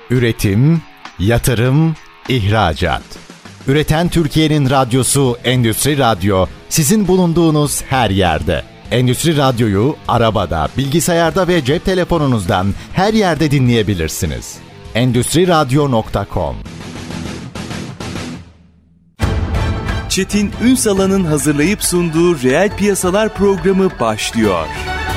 Üretim, yatırım, ihracat. Üreten Türkiye'nin radyosu Endüstri Radyo, sizin bulunduğunuz her yerde. Endüstri Radyo'yu arabada, bilgisayarda ve cep telefonunuzdan her yerde dinleyebilirsiniz. Endüstriradyo.com. Çetin Ünsal'ın hazırlayıp sunduğu Reel Piyasalar programı başlıyor.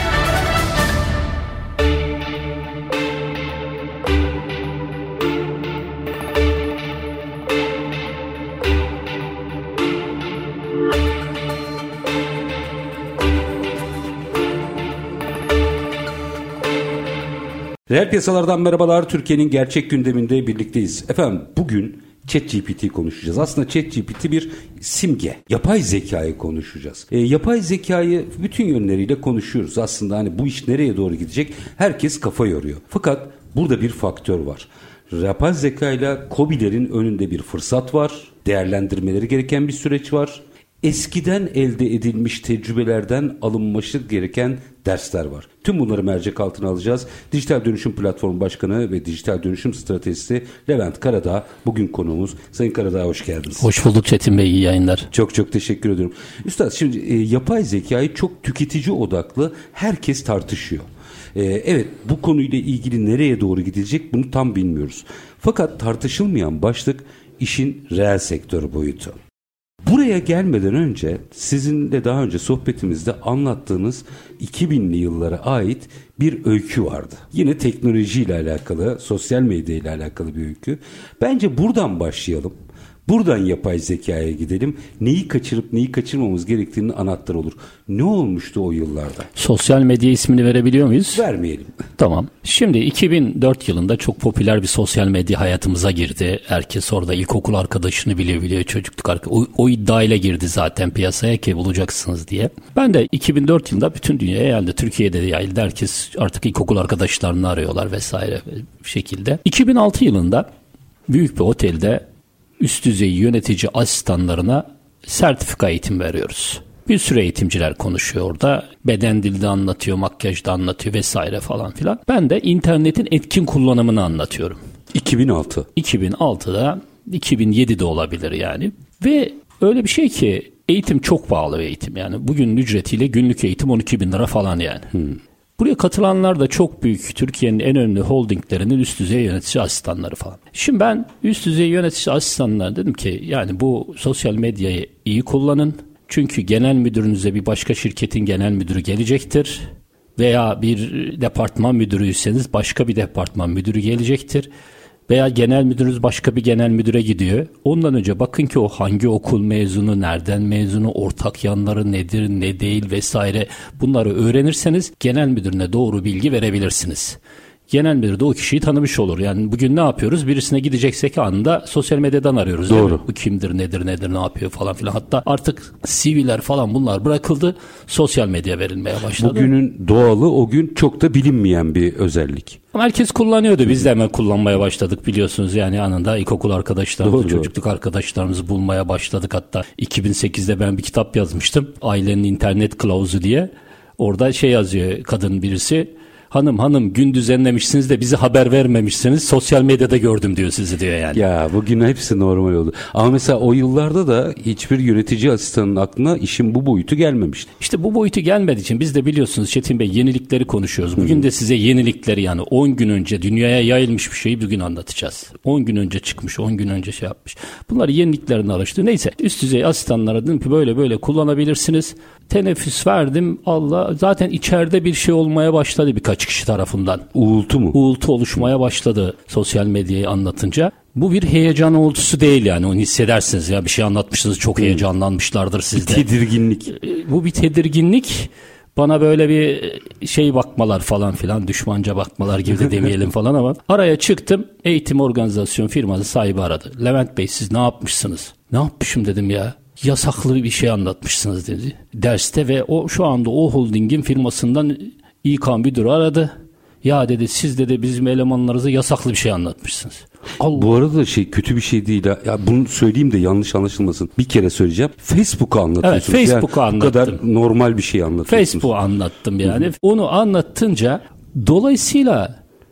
Reel piyasalardan merhabalar. Türkiye'nin gerçek gündeminde birlikteyiz. Efendim bugün ChatGPT konuşacağız. Aslında ChatGPT bir simge. Yapay zekayı konuşacağız. Yapay zekayı bütün yönleriyle konuşuyoruz. Aslında hani bu iş nereye doğru gidecek? Herkes kafa yoruyor. Fakat burada bir faktör var. Yapay zekayla KOBİ'lerin önünde bir fırsat var. Değerlendirmeleri gereken bir süreç var. Eskiden elde edilmiş tecrübelerden alınması gereken dersler var. Tüm bunları mercek altına alacağız. Dijital Dönüşüm Platformu Başkanı ve Dijital Dönüşüm Stratejisi Levent Karadağ bugün konuğumuz. Sayın Karadağ hoş geldiniz. Hoş bulduk Çetin Bey, iyi yayınlar. Çok teşekkür ediyorum. Üstad şimdi yapay zekayı çok tüketici odaklı herkes tartışıyor. Evet, bu konuyla ilgili nereye doğru gidecek bunu tam bilmiyoruz. Fakat tartışılmayan başlık işin reel sektör boyutu. Buraya gelmeden önce sizinle daha önce sohbetimizde anlattığınız 2000'li yıllara ait bir öykü vardı. Yine teknolojiyle alakalı, sosyal medya ile alakalı bir öykü. Bence buradan başlayalım. Buradan yapay zekaya gidelim. Neyi kaçırıp neyi kaçırmamamız gerektiğinin anahtarı olur. Ne olmuştu o yıllarda? Sosyal medya ismini verebiliyor muyuz? Vermeyelim. Tamam. Şimdi 2004 yılında çok popüler bir sosyal medya hayatımıza girdi. Herkes orada ilkokul arkadaşını biliyor, çocukluk arkadaşı. O iddiayla girdi zaten piyasaya ki bulacaksınız diye. Ben de 2004 yılında bütün dünyaya yayıldı. Türkiye'de de yayıldı. Herkes artık ilkokul arkadaşlarını arıyorlar vesaire bir şekilde. 2006 yılında büyük bir otelde üst düzey yönetici asistanlarına sertifika eğitim veriyoruz. Bir sürü eğitimciler konuşuyor orada. Beden dilde anlatıyor, makyajda anlatıyor vesaire falan filan. Ben de internetin etkin kullanımını anlatıyorum. 2006. 2006'da, 2007'de olabilir yani. Ve öyle bir şey ki eğitim çok pahalı bir eğitim yani. Bugünün ücretiyle günlük eğitim 12 bin lira falan yani. Buraya katılanlar da çok büyük Türkiye'nin en önemli holdinglerinin üst düzey yönetici asistanları falan. Şimdi ben üst düzey yönetici asistanlar dedim ki yani bu sosyal medyayı iyi kullanın. Çünkü genel müdürünüze bir başka şirketin genel müdürü gelecektir. Veya bir departman müdürüyseniz başka bir departman müdürü gelecektir. Veya genel müdürünüz başka bir genel müdüre gidiyor. Ondan önce bakın ki o hangi okul mezunu, nereden mezunu, ortak yanları nedir, ne değil vesaire. Bunları öğrenirseniz genel müdürüne doğru bilgi verebilirsiniz. Genel müdür de o kişiyi tanımış olur. Yani bugün ne yapıyoruz? Birisine gideceksek anında sosyal medyadan arıyoruz. Doğru. Bu kimdir, nedir, ne yapıyor falan filan. Hatta artık CV'ler falan bunlar bırakıldı. Sosyal medya verilmeye başladı. Bugünün doğalı o gün çok da bilinmeyen bir özellik. Ama herkes kullanıyordu. Biz de hemen kullanmaya başladık biliyorsunuz. Yani anında ilkokul arkadaşlarımızı, çocukluk arkadaşlarımızı bulmaya başladık. Hatta 2008'de ben bir kitap yazmıştım. Ailenin internet kılavuzu diye. Orada şey yazıyor kadın birisi. Hanım gün düzenlemişsiniz de bize haber vermemişsiniz. Sosyal medyada gördüm diyor sizi diyor yani. Ya bugün hepsi normal oldu. Ama mesela o yıllarda da hiçbir yönetici asistanının aklına işin bu boyutu gelmemişti. İşte bu boyutu gelmediği için biz de biliyorsunuz Çetin Bey yenilikleri konuşuyoruz. Bugün de size yenilikleri yani 10 gün önce dünyaya yayılmış bir şeyi bugün anlatacağız. 10 gün önce çıkmış, 10 gün önce şey yapmış. Bunları yeniliklerini araştırıyor. Neyse üst düzey asistanlara dedim ki böyle kullanabilirsiniz. Teneffüs verdim. Allah zaten içeride bir şey olmaya başladı birkaç kişi tarafından. Uğultu mu? Uğultu oluşmaya başladı sosyal medyayı anlatınca. Bu bir heyecan uğultusu değil yani onu hissedersiniz ya bir şey anlatmışsınız çok heyecanlanmışlardır sizde. Bir tedirginlik. Bu bir tedirginlik. Bana böyle bir şey bakmalar falan filan düşmanca bakmalar gibi de demeyelim falan ama araya çıktım eğitim organizasyon firması sahibi aradı. Levent Bey siz ne yapmışsınız? Ne yapmışım dedim ya. Yasaklı bir şey anlatmışsınız dedi derste ve o şu anda o holdingin firmasından İK müdürü aradı. Ya dedi siz de bizim elemanlarınıza yasaklı bir şey anlatmışsınız. Allah. Bu arada kötü bir şey değil. Ya bunu söyleyeyim de yanlış anlaşılmasın. Bir kere söyleyeceğim. Facebook'u anlatıyorsunuz. Evet, Facebook'u anlattım. Bu kadar normal bir şey anlatıyorsunuz. Facebook'u anlattım yani. Onu anlattınca dolayısıyla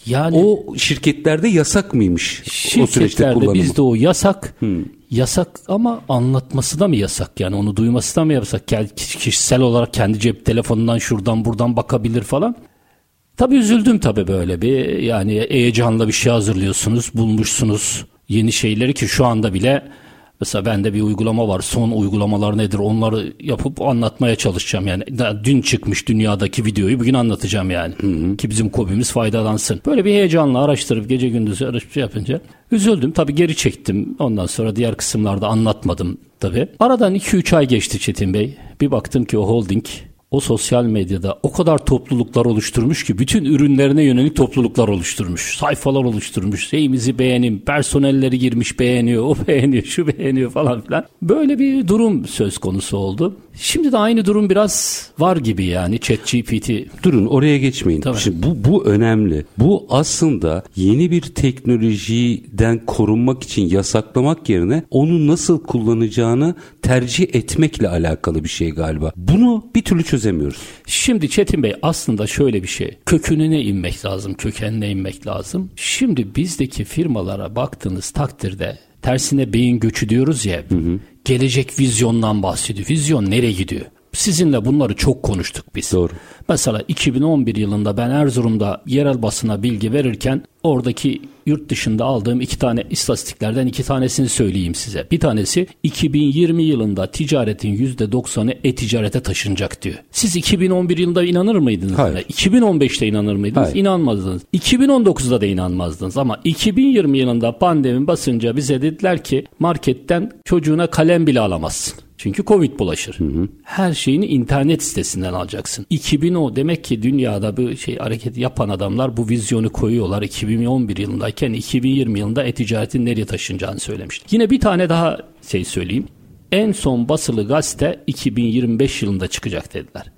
Yani o şirketlerde yasak mıymış? O süreçte kullanımı. Bizde o yasak. Yasak ama anlatması da mı yasak? Yani onu duyması da mı yasak? Kişisel olarak kendi cep telefonundan şuradan buradan bakabilir falan. Tabii üzüldüm tabii böyle bir. Yani heyecanla bir şey hazırlıyorsunuz, bulmuşsunuz yeni şeyleri ki şu anda bile mesela bende bir uygulama var. Son uygulamalar nedir? Onları yapıp anlatmaya çalışacağım. Yani dün çıkmış dünyadaki videoyu bugün anlatacağım yani. Ki bizim KOBİ'miz faydalansın. Böyle bir heyecanla araştırıp gece gündüz yapınca üzüldüm. Tabii geri çektim. Ondan sonra diğer kısımlarda anlatmadım tabii. Aradan 2-3 ay geçti Çetin Bey. Bir baktım ki o holding o sosyal medyada o kadar topluluklar oluşturmuş ki bütün ürünlerine yönelik topluluklar oluşturmuş. Sayfalar oluşturmuş. Şeyimizi beğenin, personelleri girmiş beğeniyor, o beğeniyor, şu beğeniyor falan filan. Böyle bir durum söz konusu oldu. Şimdi de aynı durum biraz var gibi yani ChatGPT. Durun oraya geçmeyin. Tabii. Şimdi bu önemli. Bu aslında yeni bir teknolojiden korunmak için yasaklamak yerine onu nasıl kullanacağını tercih etmekle alakalı bir şey galiba. Bunu bir türlü çözemiyoruz. Şimdi Çetin Bey aslında şöyle bir şey. Kökününe inmek lazım, kökenine inmek lazım. Şimdi bizdeki firmalara baktığınız takdirde tersine beyin göçü diyoruz ya. Gelecek vizyondan bahsediyor. Vizyon nereye gidiyor? Sizinle bunları çok konuştuk biz. Doğru. Mesela 2011 yılında ben Erzurum'da yerel basına bilgi verirken oradaki yurt dışında aldığım 2 tane istatistiklerden 2 tanesini söyleyeyim size. Bir tanesi 2020 yılında ticaretin %90'ı e-ticarete taşınacak diyor. Siz 2011 yılında inanır mıydınız? Hayır. 2015'te inanır mıydınız? Hayır. İnanmazdınız. 2019'da da inanmazdınız ama 2020 yılında pandemi basınca bize dediler ki marketten çocuğuna kalem bile alamazsın. Çünkü Covid bulaşır. Her şeyini internet sitesinden alacaksın. 2010 demek ki dünyada bu hareket yapan adamlar bu vizyonu koyuyorlar. 2011 yılındayken 2020 yılında e-ticaretin nereye taşınacağını söylemişti. Yine bir tane daha söyleyeyim. En son basılı gazete 2025 yılında çıkacak dediler.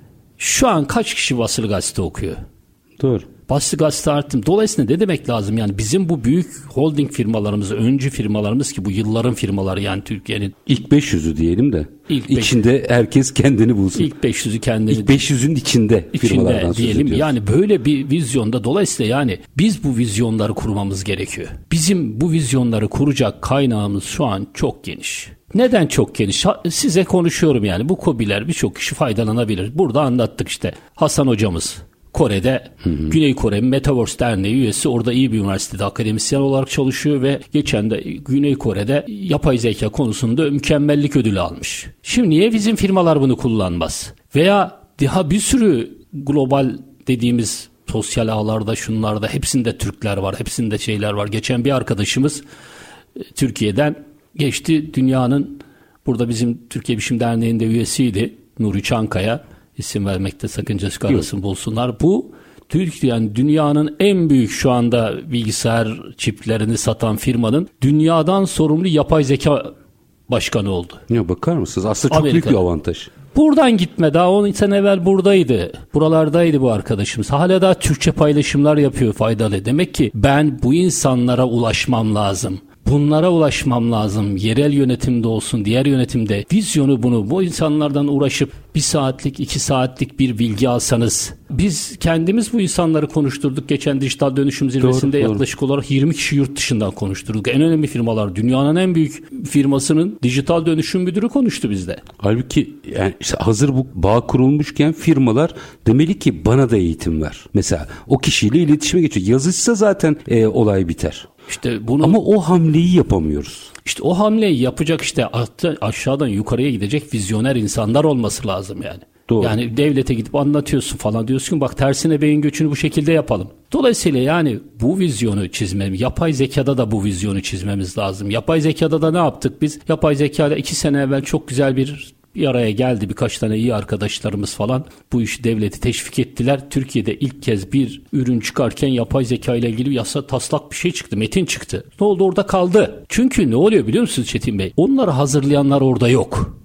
Şu an kaç kişi basılı gazete okuyor? Doğru. Basılı gazete arttım. Dolayısıyla ne demek lazım? Yani bizim bu büyük holding firmalarımız, öncü firmalarımız ki bu yılların firmaları yani Türkiye'nin. İlk 500'ü diyelim de. İlk içinde herkes kendini bulsun. İlk 500'ü kendini. İlk 500'ün içinde firmalardan söz diyelim. ediyoruz. Yani böyle bir vizyonda dolayısıyla yani biz bu vizyonları kurmamız gerekiyor. Bizim bu vizyonları kuracak kaynağımız şu an çok geniş. Neden çok geniş? Size konuşuyorum yani. Bu KOBİ'ler birçok kişi faydalanabilir. Burada anlattık işte. Hasan hocamız Kore'de Güney Kore Metaverse Derneği üyesi, orada iyi bir üniversitede akademisyen olarak çalışıyor ve geçen de Güney Kore'de yapay zeka konusunda mükemmellik ödülü almış. Şimdi niye bizim firmalar bunu kullanmaz? Veya daha bir sürü global dediğimiz sosyal ağlarda şunlarda hepsinde Türkler var, hepsinde şeyler var. Geçen bir arkadaşımız Türkiye'den geçti, dünyanın burada bizim Türkiye Bilişim Derneği'nde üyesiydi Nuri Çankaya. İsim vermekte sakınca çıkarmasın bulsunlar. Bu Türkiye'nin dünyanın en büyük şu anda bilgisayar çiplerini satan firmanın dünyadan sorumlu yapay zeka başkanı oldu. Ya bakar mısınız? Aslında çok Amerika'da. büyük bir avantaj. Buradan gitme. Daha 10 sene evvel buradaydı. Buralardaydı bu arkadaşımız. Hala daha Türkçe paylaşımlar yapıyor, faydalı. Demek ki ben bu insanlara ulaşmam lazım. Bunlara ulaşmam lazım. Yerel yönetimde olsun, diğer yönetimde. Vizyonu bunu. Bu insanlardan uğraşıp 1 saatlik, 2 saatlik bir bilgi alsanız. Biz kendimiz bu insanları konuşturduk. Geçen dijital dönüşüm zirvesinde doğru. yaklaşık olarak 20 kişi yurt dışından konuşturduk. En önemli firmalar, dünyanın en büyük firmasının dijital dönüşüm müdürü konuştu bizde. Halbuki yani işte hazır bu bağ kurulmuşken firmalar demeli ki bana da eğitim ver. Mesela o kişiyle iletişime geçiyor. Yazışsa zaten olay biter. İşte bunu, ama o hamleyi yapamıyoruz. İşte o hamleyi yapacak işte aşağıdan yukarıya gidecek vizyoner insanlar olması lazım yani. Doğru. Yani devlete gidip anlatıyorsun falan, diyorsun ki bak tersine beyin göçünü bu şekilde yapalım. Dolayısıyla yani bu vizyonu çizmemiz, yapay zekada da bu vizyonu çizmemiz lazım. Yapay zekada da ne yaptık biz? Yapay zekayla 2 sene evvel çok güzel bir araya geldi, birkaç tane iyi arkadaşlarımız falan bu işi devleti teşvik ettiler. Türkiye'de ilk kez bir ürün çıkarken yapay zeka ile ilgili bir yasa taslak bir şey çıktı, metin çıktı. Ne oldu? Orada kaldı. Çünkü ne oluyor biliyor musunuz Çetin Bey? Onları hazırlayanlar orada yok.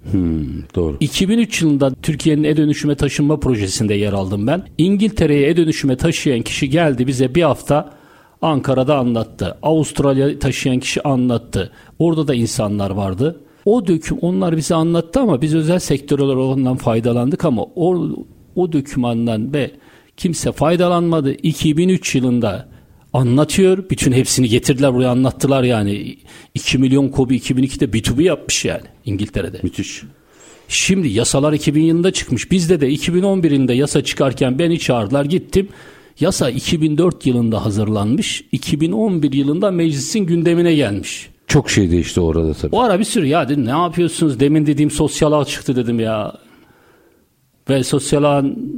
Doğru. 2003 yılında Türkiye'nin e-dönüşüme taşınma projesinde yer aldım ben. İngiltere'ye e-dönüşüme taşıyan kişi geldi bize bir hafta Ankara'da anlattı. Avustralya'ya taşıyan kişi anlattı. Orada da insanlar vardı. Onlar bize anlattı ama biz özel sektör olarak ondan faydalandık ama o dokümandan ve Kimse faydalanmadı. 2003 yılında anlatıyor. Bütün hepsini getirdiler buraya, anlattılar yani. 2 milyon kobi 2002'de B2B yapmış yani İngiltere'de. Müthiş. Şimdi yasalar 2000 yılında çıkmış. Bizde de 2011 yılında yasa çıkarken beni çağırdılar, gittim. Yasa 2004 yılında hazırlanmış. 2011 yılında meclisin gündemine gelmiş. Çok şey değişti orada tabii. O ara bir sürü ya dedim, ne yapıyorsunuz? Demin dediğim sosyal ağ çıktı dedim ya. Ve sosyal ağın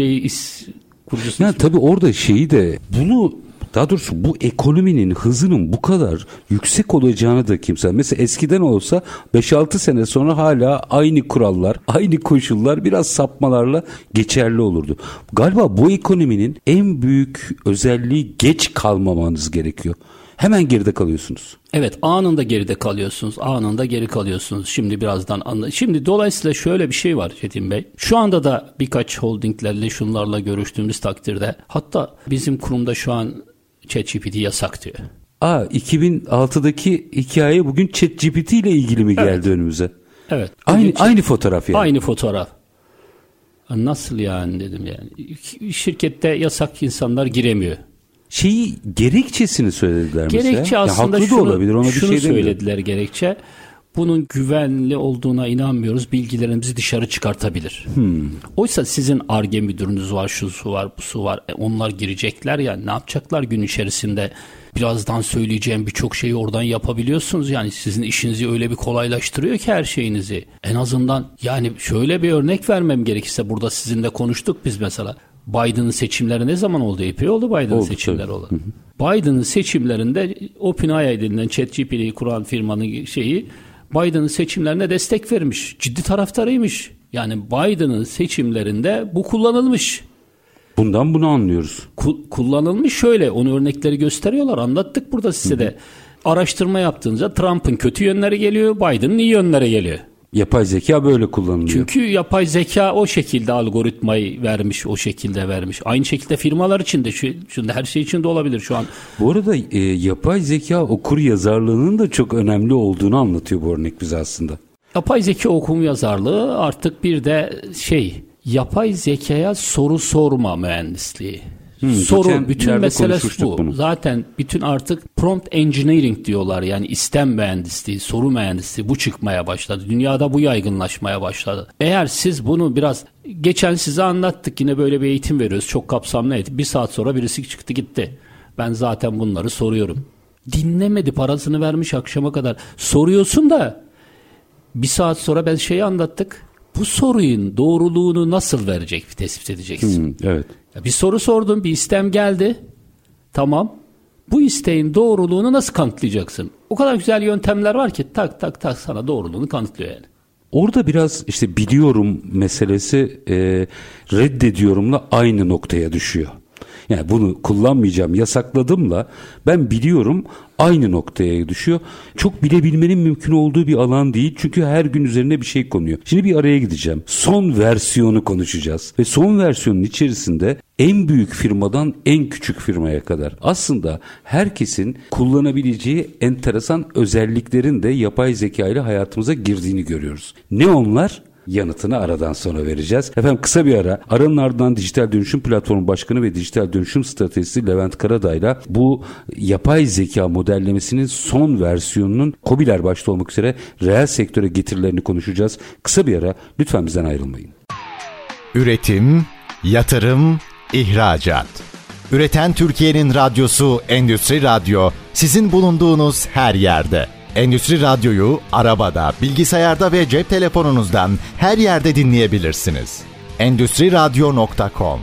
kurucusu. Yani tabii orada şeyi de daha doğrusu bu ekonominin hızının bu kadar yüksek olacağını da kimse. Mesela eskiden olsa 5-6 sene sonra hala aynı kurallar, aynı koşullar biraz sapmalarla geçerli olurdu. Galiba bu ekonominin en büyük özelliği geç kalmamanız gerekiyor. Hemen geride kalıyorsunuz. Evet, anında geride kalıyorsunuz. Anında geri kalıyorsunuz. Şimdi birazdan Şimdi dolayısıyla şöyle bir şey var Çetin Bey. Şu anda da birkaç holdinglerle şunlarla görüştüğümüz takdirde, hatta bizim kurumda şu an ChatGPT yasak diyor. 2006'daki hikaye bugün ChatGPT ile ilgili mi geldi önümüze? Evet. Aynı fotoğraf yani. Aynı fotoğraf. Nasıl yani dedim yani. Şirkette yasak, insanlar giremiyor. Gerekçesini söylediler mesela. Gerekçe aslında haklı da olabilir. Ona şunu bir şey söylediler gerekçe. Bunun güvenli olduğuna inanmıyoruz. Bilgilerimizi dışarı çıkartabilir. Oysa sizin Ar-Ge müdürünüz var, şusu var, busu var. Onlar girecekler ya, ne yapacaklar gün içerisinde? Birazdan söyleyeceğim birçok şeyi oradan yapabiliyorsunuz. Yani sizin işinizi öyle bir kolaylaştırıyor ki her şeyinizi. En azından yani şöyle bir örnek vermem gerekirse, burada sizinle konuştuk biz mesela. Biden'ın seçimleri ne zaman oldu? Epey oldu Biden'ın seçimleri oldu. Biden'ın seçimlerinde OpenAI denilen ChatGPT'yi kuran firmanın Biden'ın seçimlerine destek vermiş. Ciddi taraftarıymış. Yani Biden'ın seçimlerinde bu kullanılmış. Bundan bunu anlıyoruz. Kullanılmış şöyle. Onu örnekleri gösteriyorlar. Anlattık burada size de. Araştırma yaptığınızda Trump'ın kötü yönleri geliyor, Biden'ın iyi yönleri geliyor. Yapay zeka böyle kullanılıyor. Çünkü yapay zeka o şekilde algoritmayı vermiş, o şekilde vermiş. Aynı şekilde firmalar için de şimdi her şey için de olabilir şu an. Bu arada yapay zeka okur yazarlığının da çok önemli olduğunu anlatıyor bu örnek bize aslında. Yapay zeka okum yazarlığı artık bir de yapay zekaya soru sorma mühendisliği. Bütün meselesi bu. Bunu. Zaten bütün artık prompt engineering diyorlar. Yani istem mühendisliği, soru mühendisliği bu çıkmaya başladı. Dünyada bu yaygınlaşmaya başladı. Eğer siz bunu biraz, geçen size anlattık, yine böyle bir eğitim veriyoruz. Çok kapsamlı eğitim. 1 saat sonra birisi çıktı gitti. Ben zaten bunları soruyorum. Dinlemedi, parasını vermiş akşama kadar. Soruyorsun da 1 saat sonra ben anlattık. Bu sorunun doğruluğunu nasıl tespit edeceksin? Evet. Bir soru sordum, bir istem geldi. Tamam. Bu isteğin doğruluğunu nasıl kanıtlayacaksın? O kadar güzel yöntemler var ki tak sana doğruluğunu kanıtlıyor yani. Orada biraz biliyorum meselesi reddediyorumla aynı noktaya düşüyor. Yani bunu kullanmayacağım, yasakladımla ben biliyorum aynı noktaya düşüyor. Çok bilebilmenin mümkün olduğu bir alan değil. Çünkü her gün üzerine bir şey konuyor. Şimdi bir araya gideceğim. Son versiyonu konuşacağız. Ve son versiyonun içerisinde en büyük firmadan en küçük firmaya kadar aslında herkesin kullanabileceği enteresan özelliklerin de yapay zeka ile hayatımıza girdiğini görüyoruz. Ne onlar? Yanıtını aradan sonra vereceğiz. Efendim kısa bir ara. Aranın ardından Dijital Dönüşüm Platformu Başkanı ve Dijital Dönüşüm Stratejisi Levent Karadağ'la bu yapay zeka modellemesinin son versiyonunun KOBİ'ler başta olmak üzere reel sektöre getirilerini konuşacağız. Kısa bir ara. Lütfen bizden ayrılmayın. Üretim, yatırım, ihracat. Üreten Türkiye'nin radyosu Endüstri Radyo, sizin bulunduğunuz her yerde. Endüstri Radyo'yu arabada, bilgisayarda ve cep telefonunuzdan her yerde dinleyebilirsiniz. Endüstriradyo.com.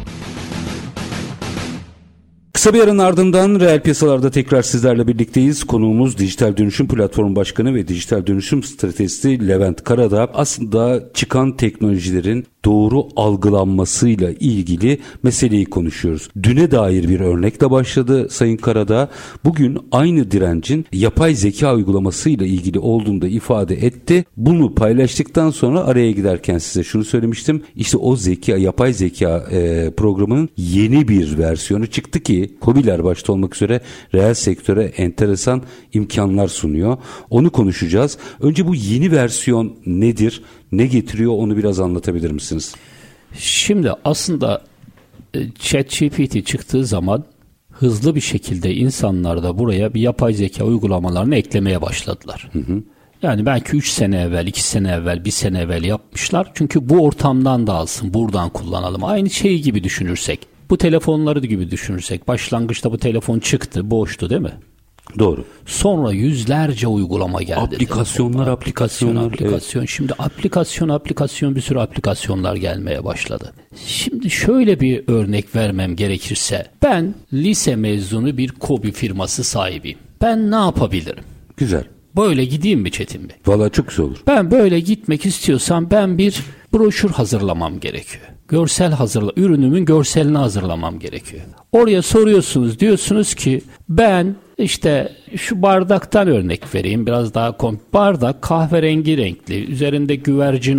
Kısa bir aranın ardından reel piyasalarda tekrar sizlerle birlikteyiz. Konuğumuz Dijital Dönüşüm Platformu Başkanı ve Dijital Dönüşüm Stratejisi Levent Karadağ. Aslında çıkan teknolojilerin doğru algılanmasıyla ilgili meseleyi konuşuyoruz. Düne dair bir örnekle başladı Sayın Karadağ. Bugün aynı direncin yapay zeka uygulamasıyla ilgili olduğunu da ifade etti. Bunu paylaştıktan sonra araya giderken size şunu söylemiştim. İşte o yapay zeka programının yeni bir versiyonu çıktı ki KOBİ'ler başta olmak üzere reel sektöre enteresan imkanlar sunuyor. Onu konuşacağız. Önce bu yeni versiyon nedir? Ne getiriyor onu biraz anlatabilir misiniz? Şimdi aslında ChatGPT çıktığı zaman hızlı bir şekilde insanlar da buraya bir yapay zeka uygulamalarını eklemeye başladılar. Yani belki 3 sene evvel, 2 sene evvel, 1 sene evvel yapmışlar. Çünkü bu ortamdan da alsın, buradan kullanalım. Aynı şey gibi düşünürsek, bu telefonları gibi düşünürsek, başlangıçta bu telefon çıktı, boştu değil mi? Doğru. Sonra yüzlerce uygulama geldi. Aplikasyonlar. Evet. Şimdi aplikasyon bir sürü aplikasyonlar gelmeye başladı. Şimdi şöyle bir örnek vermem gerekirse, ben lise mezunu bir KOBİ firması sahibiyim. Ben ne yapabilirim? Güzel. Böyle gideyim mi Çetin Bey? Vallahi çok güzel olur. Ben böyle gitmek istiyorsam ben bir broşür hazırlamam gerekiyor. Ürünümün görselini hazırlamam gerekiyor. Oraya soruyorsunuz, diyorsunuz ki ben işte şu bardaktan örnek vereyim, biraz daha bardak kahverengi renkli, üzerinde güvercin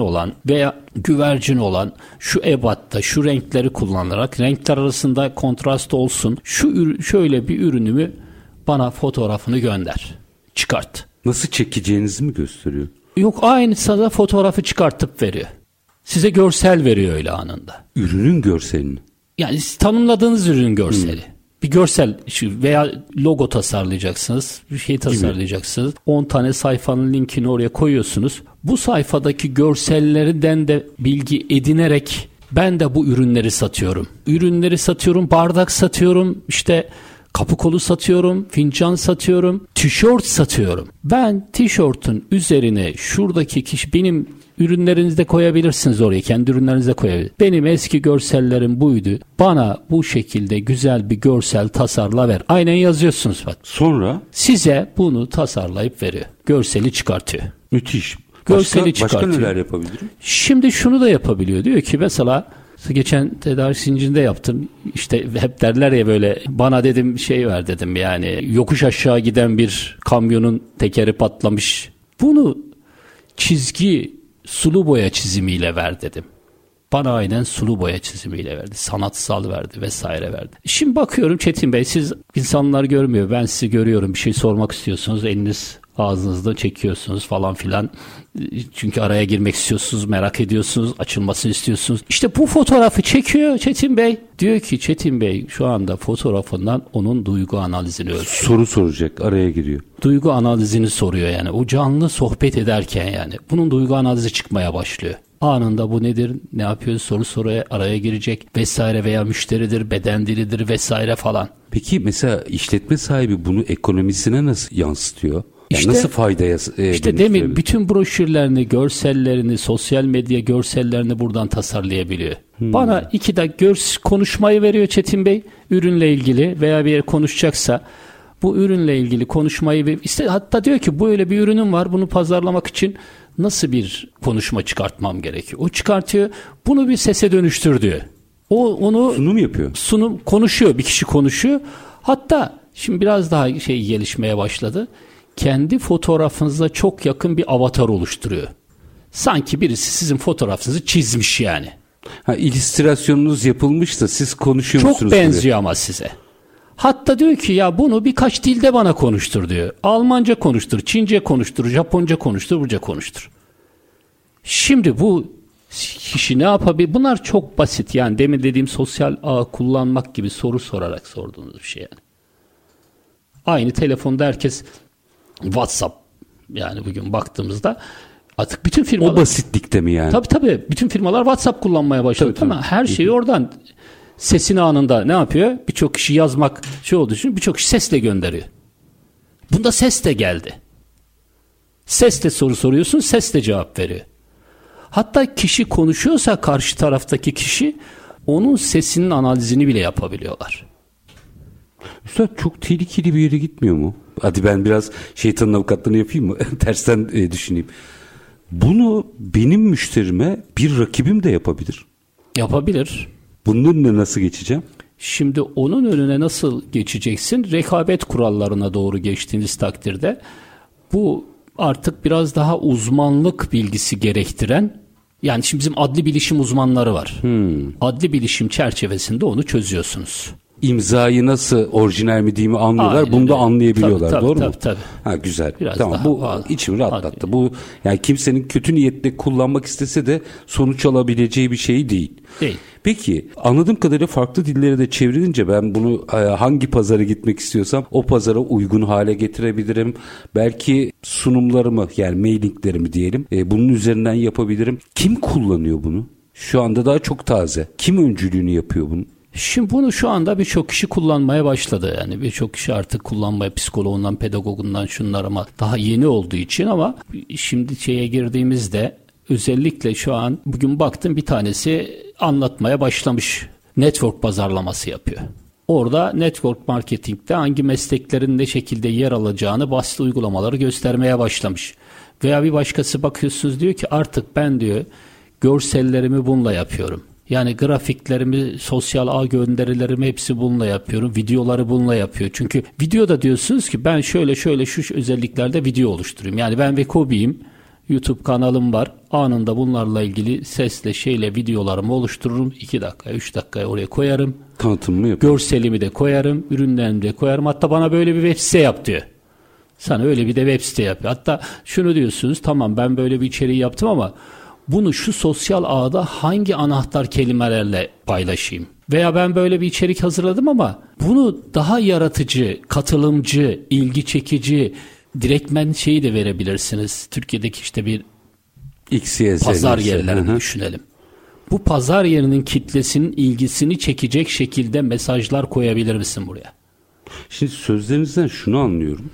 olan şu ebatta şu renkleri kullanarak renkler arasında kontrast olsun. Şöyle bir ürünümü bana fotoğrafını gönder. Çıkart. Nasıl çekeceğinizi mi gösteriyor? Yok, aynı sana fotoğrafı çıkartıp veriyor. Size görsel veriyor öyle anında. Ürünün görselini. Yani tanımladığınız ürünün görseli. Bir görsel veya logo tasarlayacaksınız. Bir şey tasarlayacaksınız. 10 tane sayfanın linkini oraya koyuyorsunuz. Bu sayfadaki görsellerden de bilgi edinerek ben de bu ürünleri satıyorum. Bardak satıyorum, işte kapı kolu satıyorum, fincan satıyorum, tişört satıyorum. Ben tişörtün üzerine şuradaki kişi, benim ürünlerinizde koyabilirsiniz oraya, kendi ürünlerinizde koyabilirsiniz. Benim eski görsellerim buydu. Bana bu şekilde güzel bir görsel tasarla ver. Aynen yazıyorsunuz bak. Sonra? Size bunu tasarlayıp veriyor. Görseli çıkartıyor. Müthiş. Başka neler yapabilirim? Şimdi şunu da yapabiliyor. Diyor ki mesela geçen tedarik zincirinde yaptım. İşte hep derler ya böyle, bana dedim ver dedim, yani yokuş aşağı giden bir kamyonun tekeri patlamış. Bunu sulu boya çizimiyle ver dedim. Bana aynen sulu boya çizimiyle verdi. Sanatsal verdi vesaire verdi. Şimdi bakıyorum Çetin Bey, siz insanlar görmüyor. Ben sizi görüyorum. Bir şey sormak istiyorsunuz. Eliniz ağzınızda çekiyorsunuz falan filan. Çünkü araya girmek istiyorsunuz, merak ediyorsunuz, açılmasını istiyorsunuz. İşte bu fotoğrafı çekiyor Çetin Bey. Diyor ki Çetin Bey şu anda fotoğrafından onun duygu analizini ölçüyor. Soru soracak, araya giriyor. Duygu analizini soruyor yani. O canlı sohbet ederken yani. Bunun duygu analizi çıkmaya başlıyor. Anında bu nedir, ne yapıyor, soruya araya girecek vesaire, veya müşteridir, beden dilidir vesaire falan. Peki mesela işletme sahibi bunu ekonomisine nasıl yansıtıyor? Yani İşte, nasıl faydaya İşte demin bütün broşürlerini, görsellerini, sosyal medya görsellerini buradan tasarlayabiliyor. Bana 2 dakika konuşmayı veriyor Çetin Bey, ürünle ilgili veya bir yere konuşacaksa bu ürünle ilgili konuşmayı hatta diyor ki böyle bir ürünüm var, bunu pazarlamak için nasıl bir konuşma çıkartmam gerekiyor? O çıkartıyor, bunu bir sese dönüştür diyor. Onu sunum yapıyor. Konuşuyor, bir kişi konuşuyor. Hatta şimdi biraz daha gelişmeye başladı. Kendi fotoğrafınıza çok yakın bir avatar oluşturuyor. Sanki birisi sizin fotoğrafınızı çizmiş yani. İllüstrasyonunuz yapılmış da siz konuşuyor musunuz? Çok benziyor ama size. Hatta diyor ki ya bunu birkaç dilde bana konuştur diyor. Almanca konuştur, Çince konuştur, Japonca konuştur, Burca konuştur. Şimdi bu kişi ne yapabilir? Bunlar çok basit yani, demin dediğim sosyal ağ kullanmak gibi soru sorarak sorduğunuz bir şey yani. Aynı telefonda herkes WhatsApp, yani bugün baktığımızda artık bütün firmalar... O basitlikte mi yani? Tabii. Bütün firmalar WhatsApp kullanmaya başladı ama her şeyi oradan sesini anında ne yapıyor? Birçok kişi yazmak olduğu için birçok kişi sesle gönderiyor. Bunda ses de geldi. Sesle soru soruyorsun, sesle cevap veriyor. Hatta kişi konuşuyorsa karşı taraftaki kişi onun sesinin analizini bile yapabiliyorlar. Üstad çok tehlikeli bir yere gitmiyor mu? Hadi ben biraz şeytanın avukatlığını yapayım mı? Tersten düşüneyim. Bunu benim müşterime bir rakibim de yapabilir. Yapabilir. Bunun önüne nasıl geçeceğim? Şimdi onun önüne nasıl geçeceksin? Rekabet kurallarına doğru geçtiğiniz takdirde bu artık biraz daha uzmanlık bilgisi gerektiren, yani şimdi bizim adli bilişim uzmanları var. Adli bilişim çerçevesinde onu çözüyorsunuz. imzayı nasıl orijinal mi değil mi anlıyorlar. Aynen Bunu da öyle. anlayabiliyorlar. Tabii, doğru tabii, mu? tabii. Ha, güzel. Biraz tamam, bu içimi rahatlattı. Bu yani kimsenin kötü niyetle kullanmak istese de sonuç alabileceği bir şey değil. Değil. Peki anladığım kadarıyla farklı dillere de çevrilince ben bunu hangi pazara gitmek istiyorsam o pazara uygun hale getirebilirim. Belki sunumlarımı yani mailinglerimi diyelim bunun üzerinden yapabilirim. Kim kullanıyor bunu? Şu anda daha çok taze. Kim öncülüğünü yapıyor bunu? Şimdi bunu şu anda birçok kişi kullanmaya başladı. Yani birçok kişi artık kullanmaya, psikoloğundan, pedagogundan şunlar, ama daha yeni olduğu için. Ama şimdi şeye girdiğimizde özellikle şu an bugün baktım bir tanesi anlatmaya başlamış. Network pazarlaması yapıyor. Orada network marketingde hangi mesleklerin ne şekilde yer alacağını basit uygulamaları göstermeye başlamış. Veya bir başkası bakıyorsunuz diyor ki artık ben diyor görsellerimi bununla yapıyorum. Yani grafiklerimi, sosyal ağ gönderilerimi hepsi bununla yapıyorum. Videoları bununla yapıyor. Çünkü videoda diyorsunuz ki ben şöyle şu özelliklerde video oluşturayım. Yani ben Vekobi'yim. YouTube kanalım var. Anında bunlarla ilgili sesle videolarımı oluştururum. 2 dakika, 3 dakikaya oraya koyarım. Tanıtımımı yapıyorum. Görselimi de koyarım. Ürünlerimi de koyarım. Hatta bana böyle bir web site yap diyor. Sana öyle bir de web site yapıyor. Hatta şunu diyorsunuz, tamam ben böyle bir içeriği yaptım ama bunu şu sosyal ağda hangi anahtar kelimelerle paylaşayım? Veya ben böyle bir içerik hazırladım ama bunu daha yaratıcı, katılımcı, ilgi çekici, direktmen de verebilirsiniz. Türkiye'deki işte bir pazar yerlerini düşünelim. Bu pazar yerinin kitlesinin ilgisini çekecek şekilde mesajlar koyabilir misin buraya? Şimdi sözlerinizden şunu anlıyorum.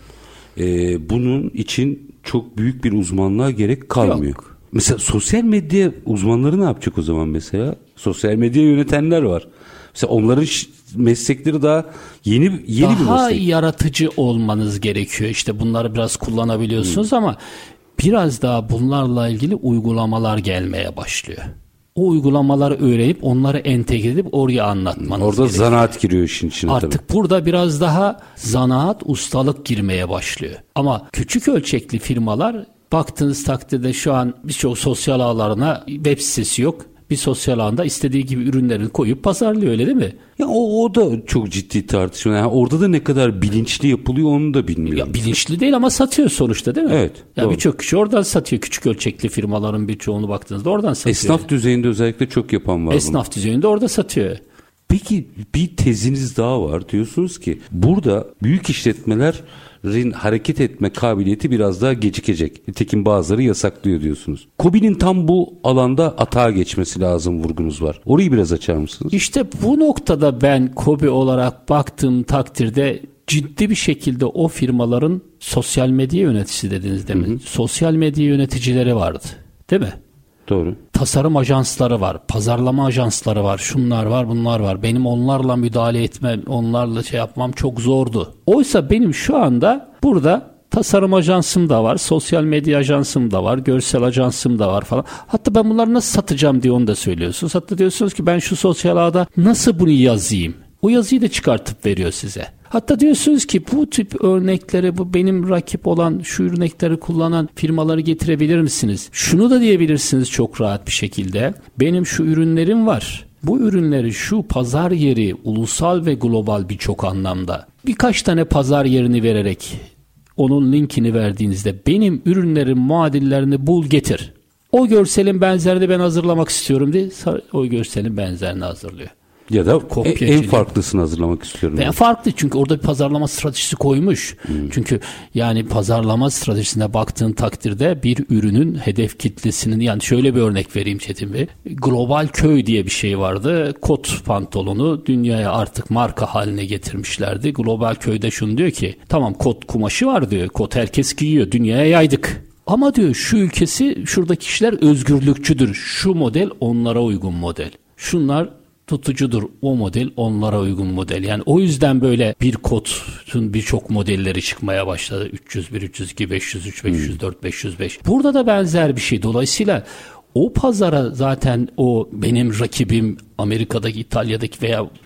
Bunun için çok büyük bir uzmanlığa gerek kalmıyor. Yok. Mesela sosyal medya uzmanları ne yapacak o zaman mesela? Sosyal medya yönetenler var. Mesela onların meslekleri daha yeni bir meslek. Daha yaratıcı olmanız gerekiyor. İşte bunları biraz kullanabiliyorsunuz ama biraz daha bunlarla ilgili uygulamalar gelmeye başlıyor. O uygulamaları öğrenip onları entegre edip oraya anlatmanız orada gerekiyor. zanaat giriyor işin içine. Artık tabii. burada biraz daha zanaat, ustalık girmeye başlıyor. Ama küçük ölçekli firmalar baktığınız takdirde şu an birçok sosyal ağlarına web sitesi yok. Bir sosyal ağında istediği gibi ürünlerini koyup pazarlıyor, öyle değil mi? Ya o da çok ciddi tartışma. Yani orada da ne kadar bilinçli yapılıyor onu da bilmiyorum. Ya bilinçli değil ama satıyor sonuçta, değil mi? Evet. Ya birçok kişi oradan satıyor. Küçük ölçekli firmaların birçoğunu baktığınızda oradan satıyor. Esnaf düzeyinde özellikle çok yapan var. Esnaf düzeyinde orada satıyor. Peki bir teziniz daha var. Diyorsunuz ki burada büyük işletmelerin hareket etme kabiliyeti biraz daha gecikecek. Nitekim bazıları yasaklıyor diyorsunuz. KOBİ'nin tam bu alanda atağa geçmesi lazım vurgunuz var. Orayı biraz açar mısınız? İşte bu noktada ben KOBİ olarak baktığım takdirde ciddi bir şekilde o firmaların sosyal medya yöneticisi dediniz değil mi? Sosyal medya yöneticileri vardı. Değil mi? Doğru. Tasarım ajansları var, pazarlama ajansları var, şunlar var, bunlar var. Benim onlarla müdahale etmem, onlarla yapmam çok zordu. Oysa benim şu anda burada tasarım ajansım da var, sosyal medya ajansım da var, görsel ajansım da var falan. Hatta ben bunları nasıl satacağım diye onu da söylüyorsunuz. Hatta diyorsunuz ki ben şu sosyal ağda nasıl bunu yazayım? O yazıyı da çıkartıp veriyor size. Hatta diyorsunuz ki bu tip örnekleri, bu benim rakip olan şu örnekleri kullanan firmaları getirebilir misiniz? Şunu da diyebilirsiniz çok rahat bir şekilde. Benim şu ürünlerim var. Bu ürünleri şu pazar yeri ulusal ve global birçok anlamda birkaç tane pazar yerini vererek onun linkini verdiğinizde benim ürünlerin muadillerini bul getir. O görselin benzerini ben hazırlamak istiyorum diye o görselin benzerini hazırlıyor. Ya da en farklısını hazırlamak istiyorum. Veya farklı, çünkü orada bir pazarlama stratejisi koymuş. Çünkü yani pazarlama stratejisine baktığın takdirde bir ürünün hedef kitlesinin, yani şöyle bir örnek vereyim Çetin Bey. Global köy diye bir şey vardı. Kot pantolonu dünyaya artık marka haline getirmişlerdi. Global köyde şunu diyor ki tamam kot kumaşı var diyor. Kot herkes giyiyor. Dünyaya yaydık. Ama diyor şu ülkesi, şuradaki kişiler özgürlükçüdür. Şu model onlara uygun model. Şunlar tutucudur, o model onlara uygun model. Yani o yüzden böyle bir kodun birçok modelleri çıkmaya başladı. 301, 302, 503, 504, 505. Burada da benzer bir şey. Dolayısıyla o pazara zaten o benim rakibim Amerika'daki, İtalya'daki veya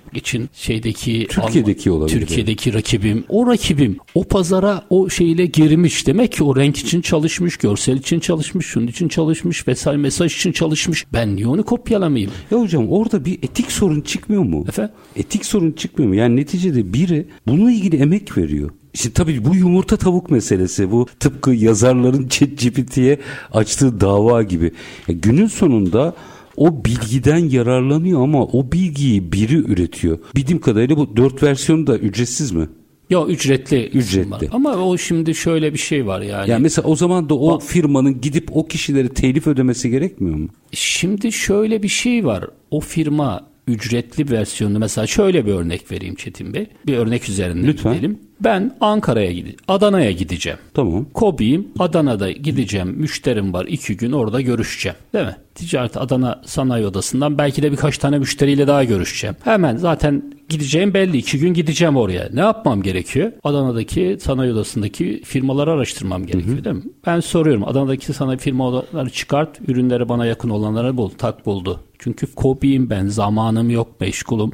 için şeydeki Türkiye'deki rakibim, o rakibim o pazara o şeyle girmiş. Demek ki o renk için çalışmış, görsel için çalışmış, şunun için çalışmış vesaire, mesaj için çalışmış. Ben niye onu kopyalamayayım? Ya hocam orada bir etik sorun çıkmıyor mu? Efendim? Etik sorun çıkmıyor mu? Yani neticede biri bununla ilgili emek veriyor. İşte tabii bu yumurta tavuk meselesi. Bu tıpkı yazarların ChatGPT'ye açtığı dava gibi. Ya günün sonunda o bilgiden yararlanıyor ama o bilgiyi biri üretiyor. Bildiğim kadarıyla bu 4 versiyonu da ücretsiz mi? Ya ücretli. Var. Ama o şimdi şöyle bir şey var yani. Yani mesela o zaman da o firmanın gidip o kişilere telif ödemesi gerekmiyor mu? Şimdi şöyle bir şey var. O firma ücretli versiyonu, mesela şöyle bir örnek vereyim Çetin Bey. Bir örnek üzerinden gidelim. Ben Adana'ya gideceğim. Tamam. KOBİ'yim. Adana'da gideceğim. Müşterim var. 2 gün orada görüşeceğim. Değil mi? Ticaret Adana Sanayi Odası'ndan belki de birkaç tane müşteriyle daha görüşeceğim. Hemen zaten gideceğim belli. 2 gün gideceğim oraya. Ne yapmam gerekiyor? Adana'daki Sanayi Odası'ndaki firmaları araştırmam gerekiyor, değil mi? Ben soruyorum. Adana'daki sanayi firmaları çıkart. Ürünleri bana yakın olanları bul. Tak buldu. Çünkü KOBİ'yim ben. Zamanım yok. Meşgulum.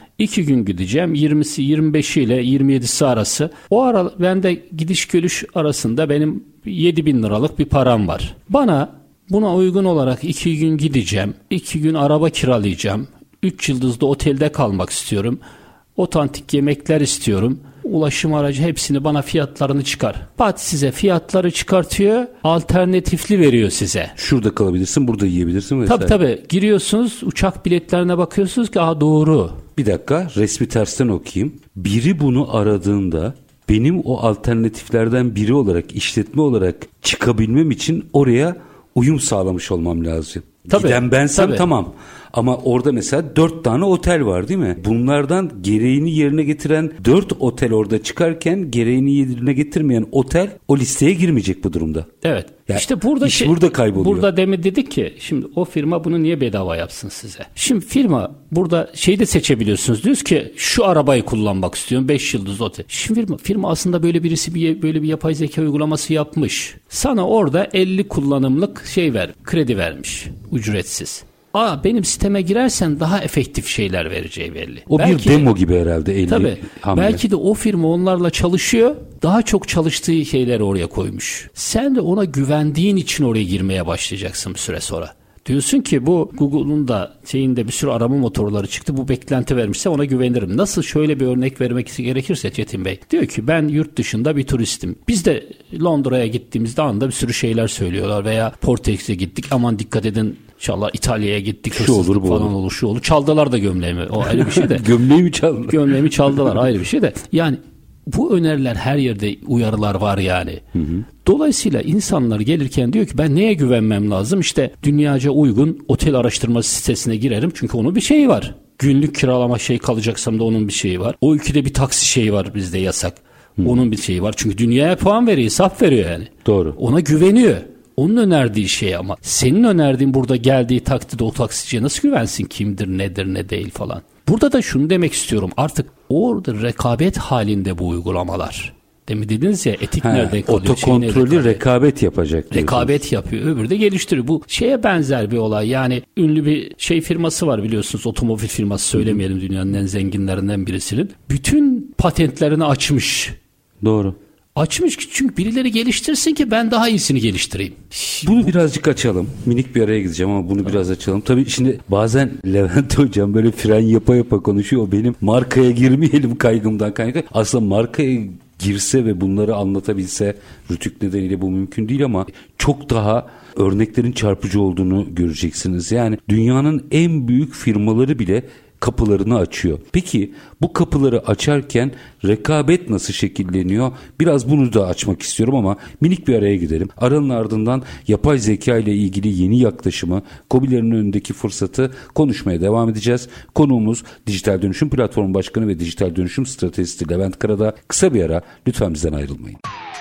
2 gün gideceğim. 20'si 25'i ile 27'si arası. O ara bende gidiş geliş arasında benim 7.000 liralık bir param var. Buna uygun olarak 2 gün gideceğim. 2 gün araba kiralayacağım. 3 yıldızlı otelde kalmak istiyorum. Otantik yemekler istiyorum. Ulaşım aracı, hepsini bana fiyatlarını çıkar. Pat size fiyatları çıkartıyor. Alternatifli veriyor size. Şurada kalabilirsin, burada yiyebilirsin vesaire. Tabii. Giriyorsunuz, uçak biletlerine bakıyorsunuz ki doğru. Bir dakika, resmi tersten okuyayım. Biri bunu aradığında benim o alternatiflerden biri olarak, işletme olarak çıkabilmem için oraya uyum sağlamış olmam lazım. Tabii, giden bensem tabii. Tamam. Ama orada mesela 4 tane otel var değil mi? Bunlardan gereğini yerine getiren 4 otel orada çıkarken gereğini yerine getirmeyen otel o listeye girmeyecek bu durumda. Evet. Yani işte burada burada kayboluyor. Burada demin dedik ki şimdi o firma bunu niye bedava yapsın size? Şimdi firma burada de seçebiliyorsunuz. Diyoruz ki şu arabayı kullanmak istiyorum. 5 yıldız otel. Şimdi firma aslında böyle bir yapay zeka uygulaması yapmış. Sana orada 50 kullanımlık kredi vermiş. Ücretsiz. Benim siteme girersen daha efektif şeyler vereceği belli. O belki bir demo gibi herhalde 50 tabii, hamle. Belki de o firma onlarla çalışıyor. Daha çok çalıştığı şeyleri oraya koymuş. Sen de ona güvendiğin için oraya girmeye başlayacaksın bir süre sonra. Diyorsun ki bu Google'un da bir sürü arama motorları çıktı. Bu beklenti vermişse ona güvenirim. Nasıl, şöyle bir örnek vermek gerekirse Çetin Bey. Diyor ki ben yurt dışında bir turistim. Biz de Londra'ya gittiğimizde anda bir sürü şeyler söylüyorlar. Veya Portekiz'e gittik. Aman dikkat edin. İnşallah İtalya'ya gittik. Şu olur bu falan olur. Şu olur. Çaldılar da gömleğimi. O ayrı bir şey de. Gömleğimi çaldılar. Gömleğimi çaldılar. Ayrı bir şey de. Yani bu öneriler her yerde, uyarılar var yani. Hı. Dolayısıyla insanlar gelirken diyor ki ben neye güvenmem lazım? İşte dünyaca uygun otel araştırması sitesine girerim. Çünkü onun bir şeyi var. Günlük kiralama kalacaksam da onun bir şeyi var. O ülkede bir taksi var bizde yasak. Onun bir şeyi var. Çünkü dünyaya puan veriyor, hesap veriyor yani. Doğru. Ona güveniyor. Onun önerdiği şey ama senin önerdiğin burada geldiği takdirde o taksiciye nasıl güvensin? Kimdir, nedir, ne değil falan. Burada da şunu demek istiyorum. Artık orada rekabet halinde bu uygulamalar. Demin dediniz ya, etik nereden kalıyor? Otokontrolü rekabet yapacak diyorsunuz. Rekabet yapıyor. Öbürü de geliştiriyor. Bu benzer bir olay. Yani ünlü bir firması var biliyorsunuz. Otomobil firması, söylemeyelim, dünyanın en zenginlerinden birisinin. Bütün patentlerini açmış. Doğru. Açmış çünkü birileri geliştirsin ki ben daha iyisini geliştireyim. Bunu birazcık açalım. Minik bir araya gideceğim ama bunu biraz açalım. Tabii şimdi bazen Levent Hocam böyle fren yapa konuşuyor. O benim markaya girmeyelim kaygımdan kaynaklı. Aslında markaya girse ve bunları anlatabilse, Rütük nedeniyle bu mümkün değil ama çok daha örneklerin çarpıcı olduğunu göreceksiniz. Yani dünyanın en büyük firmaları bile kapılarını açıyor. Peki bu kapıları açarken rekabet nasıl şekilleniyor? Biraz bunu da açmak istiyorum ama minik bir araya gidelim. Aranın ardından yapay zeka ile ilgili yeni yaklaşımı, KOBİ'lerin önündeki fırsatı konuşmaya devam edeceğiz. Konuğumuz Dijital Dönüşüm Platformu Başkanı ve Dijital Dönüşüm Stratejisti Levent Karadağ. Kısa bir ara, lütfen bizden ayrılmayın.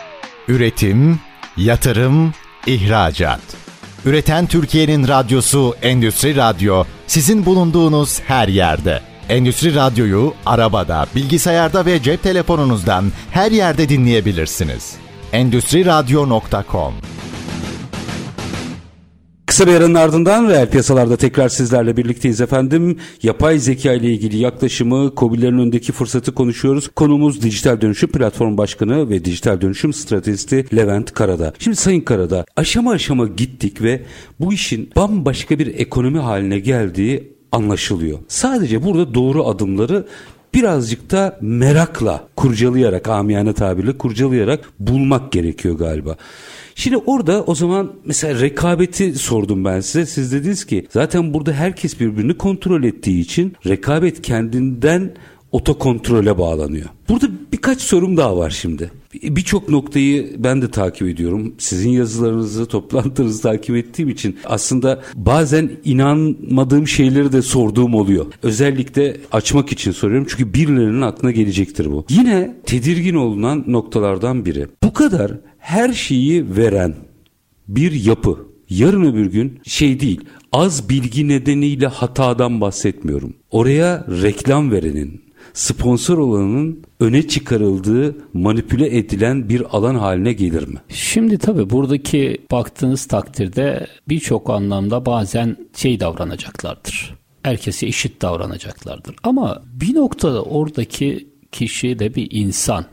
Üretim, yatırım, ihracat. Üreten Türkiye'nin radyosu Endüstri Radyo, sizin bulunduğunuz her yerde. Endüstri Radyo'yu arabada, bilgisayarda ve cep telefonunuzdan her yerde dinleyebilirsiniz. Endüstriradyo.com. Kısa bir aranın ardından reel piyasalarda tekrar sizlerle birlikteyiz efendim. Yapay zeka ile ilgili yaklaşımı, KOBİ'lerin önündeki fırsatı konuşuyoruz. Konumuz Dijital Dönüşüm Platform Başkanı ve Dijital Dönüşüm Stratejisti Levent Karada. Şimdi Sayın Karada, aşama aşama gittik ve bu işin bambaşka bir ekonomi haline geldiği anlaşılıyor. Sadece burada doğru adımları birazcık da merakla kurcalayarak, amiyane tabirle kurcalayarak bulmak gerekiyor galiba. Şimdi orada o zaman mesela rekabeti sordum ben size. Siz dediniz ki zaten burada herkes birbirini kontrol ettiği için rekabet kendinden otokontrole bağlanıyor. Burada birkaç sorum daha var şimdi. Birçok noktayı ben de takip ediyorum. Sizin yazılarınızı, toplantılarınızı takip ettiğim için aslında bazen inanmadığım şeyleri de sorduğum oluyor. Özellikle açmak için soruyorum çünkü birilerinin aklına gelecektir bu. Yine tedirgin olunan noktalardan biri. Bu kadar her şeyi veren bir yapı yarın öbür gün değil, az bilgi nedeniyle hatadan bahsetmiyorum. Oraya reklam verenin, sponsor olanın öne çıkarıldığı, manipüle edilen bir alan haline gelir mi? Şimdi tabii buradaki baktığınız takdirde birçok anlamda bazen davranacaklardır. Herkese eşit davranacaklardır. Ama bir noktada oradaki kişi de bir insan.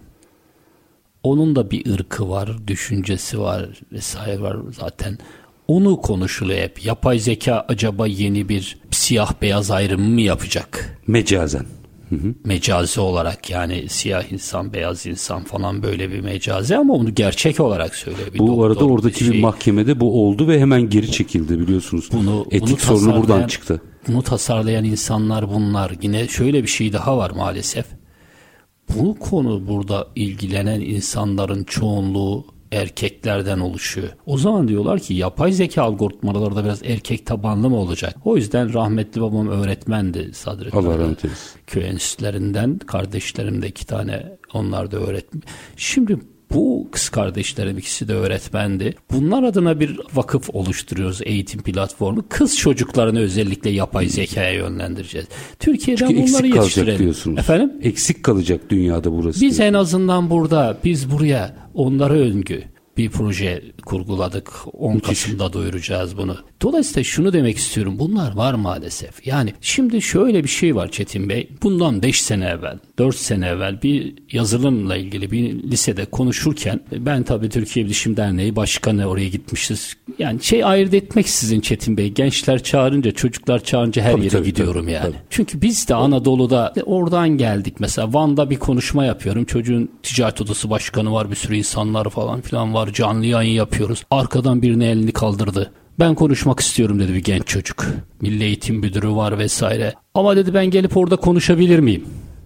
Onun da bir ırkı var, düşüncesi var vesaire var zaten. Onu konuşuluyor hep. Yapay zeka acaba yeni bir siyah beyaz ayrımı mı yapacak? Mecazen. Mecazi olarak yani siyah insan, beyaz insan falan böyle bir mecazi ama onu gerçek olarak söylüyor. Bu arada oradaki bir mahkemede bu oldu ve hemen geri çekildi biliyorsunuz. Etik sorunu buradan çıktı. Bunu tasarlayan insanlar bunlar. Yine şöyle bir şey daha var maalesef. Bu konu burada ilgilenen insanların çoğunluğu erkeklerden oluşuyor. O zaman diyorlar ki yapay zeka algoritmaları da biraz erkek tabanlı mı olacak? O yüzden rahmetli babam öğretmendi Sadrettin. Allah rahmet eylesin. Köy enstitülerinden kardeşlerim de 2 tane onlar da öğretmen. Şimdi bu kız kardeşlerim ikisi de öğretmendi. Bunlar adına bir vakıf oluşturuyoruz, eğitim platformu. Kız çocuklarını özellikle yapay zekaya yönlendireceğiz. Türkiye'den çünkü bunları eksik yetiştirelim. kalacak diyorsunuz. Efendim? Eksik kalacak dünyada burası. Biz en azından biz buraya onlara öngü bir proje kurguladık. 10 Kasım'da duyuracağız bunu. Dolayısıyla şunu demek istiyorum. Bunlar var maalesef. Yani şimdi şöyle bir şey var Çetin Bey. Bundan 5 sene evvel, 4 sene evvel bir yazılımla ilgili bir lisede konuşurken ben tabii Türkiye Bilişim Derneği Başkanı oraya gitmişiz. Yani ayırt etmeksizin Çetin Bey. Gençler çağırınca, çocuklar çağırınca her yere gidiyorum yani. Tabii. Çünkü biz de Anadolu'da oradan geldik. Mesela Van'da bir konuşma yapıyorum. Çocuğun ticaret odası başkanı var. Bir sürü insanlar falan filan var. Canlı yayın yapıyoruz. Arkadan birine elini kaldırdı. Ben konuşmak istiyorum dedi bir genç çocuk. Milli Eğitim Müdürü var vesaire. Ama dedi ben gelip orada konuşabilir miyim?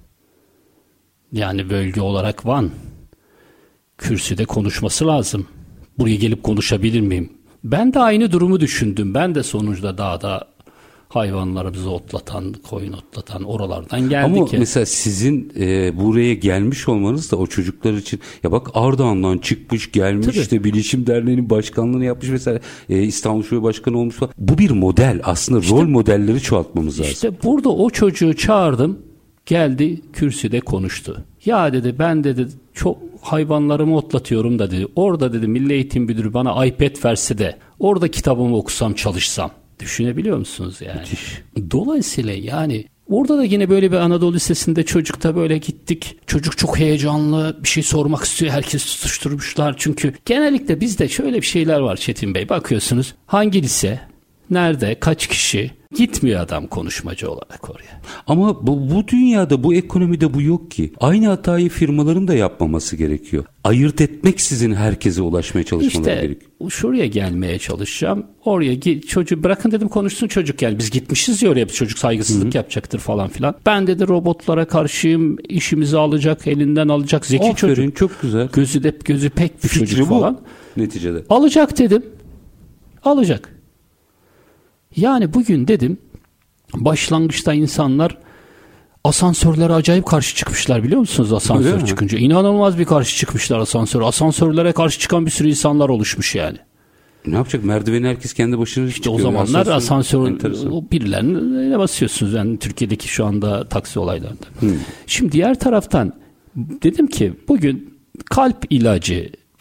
Yani bölge olarak Van. Kürsüde konuşması lazım. Buraya gelip konuşabilir miyim? Ben de aynı durumu düşündüm. Ben de sonuçta dağda hayvanlarımızı otlatan, koyun otlatan oralardan geldik. Ama mesela sizin buraya gelmiş olmanız da o çocuklar için ya bak Ardahan'dan çıkmış gelmiş tabii. İşte Bilişim Derneği'nin başkanlığını yapmış mesela İstanbul Şube Başkanı olmuş falan. Bu bir model aslında rol modelleri çoğaltmamız lazım. İşte burada o çocuğu çağırdım geldi kürsüde konuştu. Ya dedi ben dedi çok hayvanlarımı otlatıyorum da dedi. Orada dedi Milli Eğitim Müdürü bana iPad verse de orada kitabımı okusam çalışsam. Düşünebiliyor musunuz yani? Müthiş. Dolayısıyla yani orada da yine böyle bir Anadolu Lisesi'nde çocukta böyle gittik. Çocuk çok heyecanlı bir şey sormak istiyor. Herkes tutuşturmuşlar. Çünkü genellikle bizde şöyle bir şeyler var Çetin Bey. Bakıyorsunuz hangi lise, nerede, kaç kişi gitmiyor adam konuşmacı olarak oraya. Ama bu dünyada bu ekonomide bu yok ki. Aynı hatayı firmaların da yapmaması gerekiyor. Ayırt etmeksizin herkese ulaşmaya çalışmaları gerekiyor. İşte şuraya gelmeye çalışacağım. Oraya çocuğu bırakın dedim konuşsun çocuk yani. Biz gitmişiz ya oraya çocuk saygısızlık yapacaktır falan filan. Ben dedi robotlara karşıyım işimizi alacak elinden alacak zeki aferin, çocuk. Çok güzel. Gözü pek bir Fikri çocuk bu, falan. Neticede. Alacak dedim. Alacak. Yani bugün dedim başlangıçta insanlar asansörlere acayip karşı çıkmışlar biliyor musunuz asansör çıkınca? İnanılmaz bir karşı çıkmışlar asansöre. Asansörlere karşı çıkan bir sürü insanlar oluşmuş yani. Ne yapacak? Merdiveni herkes kendi başına İşte o zamanlar asansör birilerine basıyorsunuz. Yani Türkiye'deki şu anda taksi olaylarında. Şimdi diğer taraftan dedim ki bugün kalp ilacı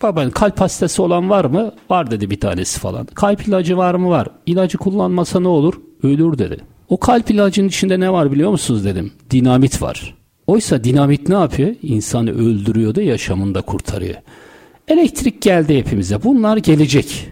Baba kalp hastası olan var mı? Var dedi bir tanesi falan. Kalp ilacı var mı? Var. İlacı kullanmasa ne olur? Ölür dedi. O kalp ilacının içinde ne var biliyor musunuz dedim. Dinamit var. Oysa dinamit ne yapıyor? İnsanı öldürüyor da yaşamını da kurtarıyor. Elektrik geldi hepimize. Bunlar gelecek.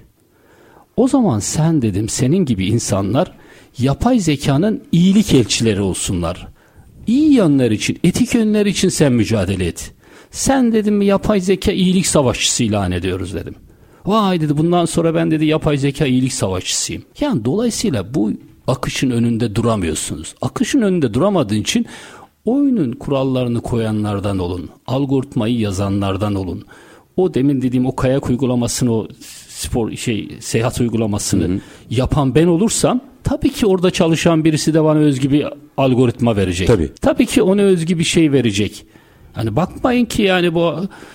O zaman sen dedim senin gibi insanlar yapay zekanın iyilik elçileri olsunlar. İyi yanlar için, etik yönler için sen mücadele et. Sen dedim yapay zeka iyilik savaşçısı ilan ediyoruz dedim. Vay dedi bundan sonra ben dedi yapay zeka iyilik savaşçısıyım. Yani dolayısıyla bu akışın önünde duramıyorsunuz. Akışın önünde duramadığın için oyunun kurallarını koyanlardan olun. Algoritmayı yazanlardan olun. O demin dediğim o kayak uygulamasını, o seyahat uygulamasını yapan ben olursam tabii ki orada çalışan birisi de bana özgü bir algoritma verecek. Tabii ki ona özgü bir şey verecek. Hani bakmayın ki yani bu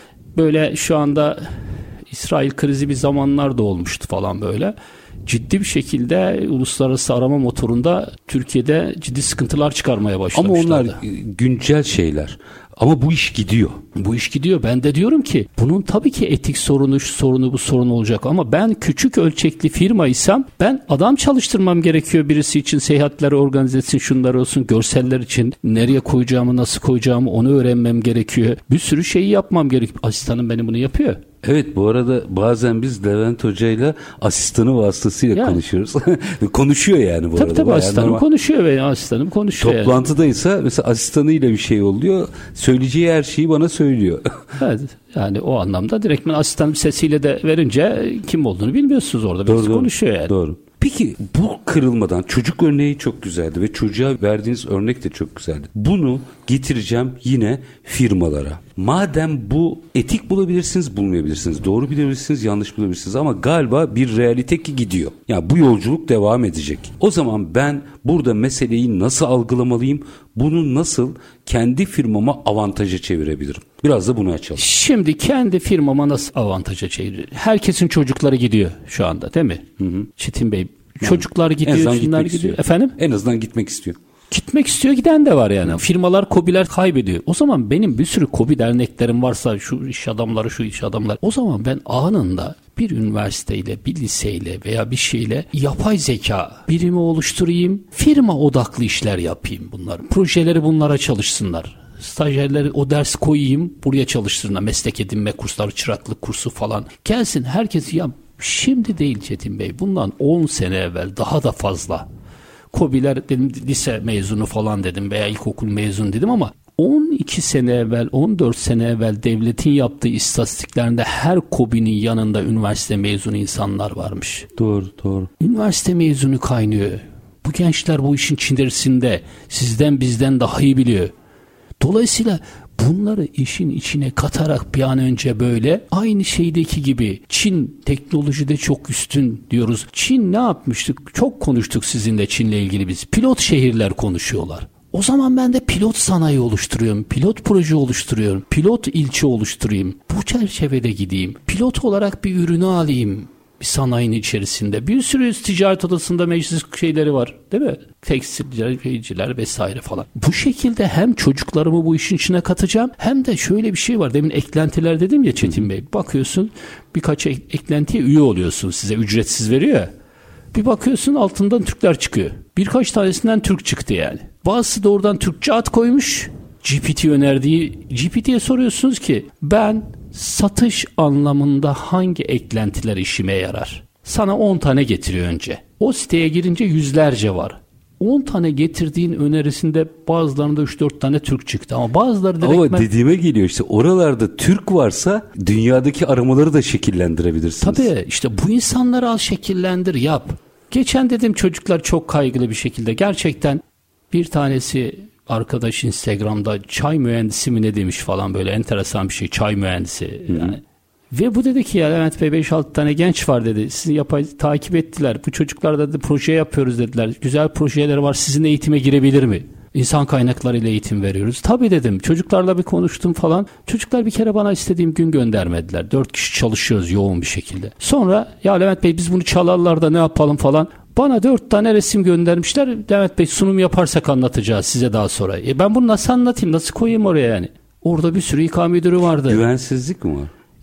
böyle şu anda İsrail krizi bir zamanlarda olmuştu falan böyle. Ciddi bir şekilde uluslararası arama motorunda Türkiye'de ciddi sıkıntılar çıkarmaya başlamışlardı. Ama onlar güncel şeyler. Ama bu iş gidiyor. Bu iş gidiyor. Ben de diyorum ki bunun tabii ki etik sorunu, şu sorunu, bu sorun olacak. Ama ben küçük ölçekli firmaysam ben adam çalıştırmam gerekiyor birisi için. Seyahatleri organize etsin, şunlar olsun, görseller için nereye koyacağımı, nasıl koyacağımı onu öğrenmem gerekiyor. Bir sürü şeyi yapmam gerekiyor. Asistanım benim bunu yapıyor. Evet, bu arada bazen biz Levent Hoca'yla asistanı vasıtasıyla konuşuyoruz. Konuşuyor yani bu arada. Tabii asistanım konuşuyor ve asistanım konuşuyor. Toplantıdaysa yani. Mesela asistanıyla bir şey oluyor. Söyleyeceği her şeyi bana söylüyor. Evet, yani o anlamda direktmen asistan sesiyle de verince kim olduğunu bilmiyorsunuz orada. Birisi konuşuyor yani. Doğru. Peki bu kırılmadan çocuk örneği çok güzeldi ve çocuğa verdiğiniz örnek de çok güzeldi. Bunu getireceğim yine firmalara. Madem bu etik bulabilirsiniz, bulmayabilirsiniz. Doğru bilebilirsiniz, yanlış bulabilirsiniz ama galiba bir realite ki gidiyor. Yani bu yolculuk devam edecek. O zaman ben burada meseleyi nasıl algılamalıyım? Bunu nasıl kendi firmama avantaja çevirebilirim? Biraz da bunu açalım. Şimdi kendi firmama nasıl avantaja çevirir? Herkesin çocukları gidiyor şu anda değil mi? Çetin Bey, çocuklar gidiyor, şunlar gidiyor. Efendim? En azından gitmek istiyor. Gitmek istiyor, giden de var yani. Firmalar, KOBİ'ler kaybediyor. O zaman benim bir sürü KOBİ derneklerim varsa, şu iş adamları, şu iş adamları. O zaman ben anında bir üniversiteyle, bir liseyle veya bir şeyle yapay zeka birimi oluşturayım. Firma odaklı işler yapayım bunlar. Projeleri bunlara çalışsınlar. Stajyerleri o ders koyayım, buraya çalıştırına meslek edinme kursları, çıraklık kursu falan. Gelsin herkes ya şimdi değil Çetin Bey, bundan 10 sene evvel daha da fazla. KOBİ'ler dedim lise mezunu falan dedim veya ilkokul mezunu dedim ama 12 sene evvel, 14 sene evvel devletin yaptığı istatistiklerinde her KOBİ'nin yanında üniversite mezunu insanlar varmış. Doğru. Üniversite mezunu kaynıyor. Bu gençler bu işin içerisinde sizden bizden daha iyi biliyor. Dolayısıyla bunları işin içine katarak bir an önce böyle aynı şeydeki gibi Çin teknolojide çok üstün diyoruz. Çin ne yapmıştık? Çok konuştuk sizinle Çin'le ilgili biz. Pilot şehirler konuşuyorlar. O zaman ben de pilot sanayi oluşturuyorum. Pilot proje oluşturuyorum. Pilot ilçe oluşturayım. Bu çerçevede gideyim. Pilot olarak bir ürünü alayım. Bir sanayinin içerisinde. Bir sürü ticaret odasında meclis şeyleri var. Değil mi? Tekstilciler vesaire falan. Bu şekilde hem çocuklarımı bu işin içine katacağım hem de şöyle bir şey var. Demin eklentiler dedim ya Çetin Bey. Bakıyorsun birkaç eklentiye üye oluyorsun. Size ücretsiz veriyor ya. Bir bakıyorsun altından Türkler çıkıyor. Birkaç tanesinden Türk çıktı yani. Bazısı da oradan Türkçe ad koymuş. GPT önerdiği. GPT'ye soruyorsunuz ki ben satış anlamında hangi eklentiler işime yarar? Sana 10 tane getiriyor önce. O siteye girince yüzlerce var. 10 tane getirdiğin önerisinde bazılarında 3-4 tane Türk çıktı ama bazıları direkt... Ama dediğime geliyor işte oralarda Türk varsa dünyadaki aramaları da şekillendirebilirsiniz. Tabii işte bu insanları al şekillendir yap. Geçen dedim çocuklar çok kaygılı bir şekilde gerçekten bir tanesi... Arkadaş Instagram'da çay mühendisi mi ne demiş falan böyle enteresan bir şey, çay mühendisi yani. Ve bu dedi ki ya Levent Bey 5-6 tane genç var dedi. Sizi takip ettiler. Bu çocuklar da proje yapıyoruz dediler. Güzel projeler var. Sizin eğitime girebilir mi? İnsan kaynakları ile eğitim veriyoruz. Tabii dedim. Çocuklarla bir konuştum falan. Çocuklar bir kere bana istediğim gün göndermediler. 4 kişi çalışıyoruz yoğun bir şekilde. Sonra ya Levent Bey biz bunu çalarlar da ne yapalım falan. Bana 4 tane resim göndermişler. Levent Bey sunum yaparsak anlatacağız size daha sonra. Ben bunu nasıl anlatayım? Nasıl koyayım oraya yani? Orada bir sürü İK müdürü vardı. Güvensizlik mi var?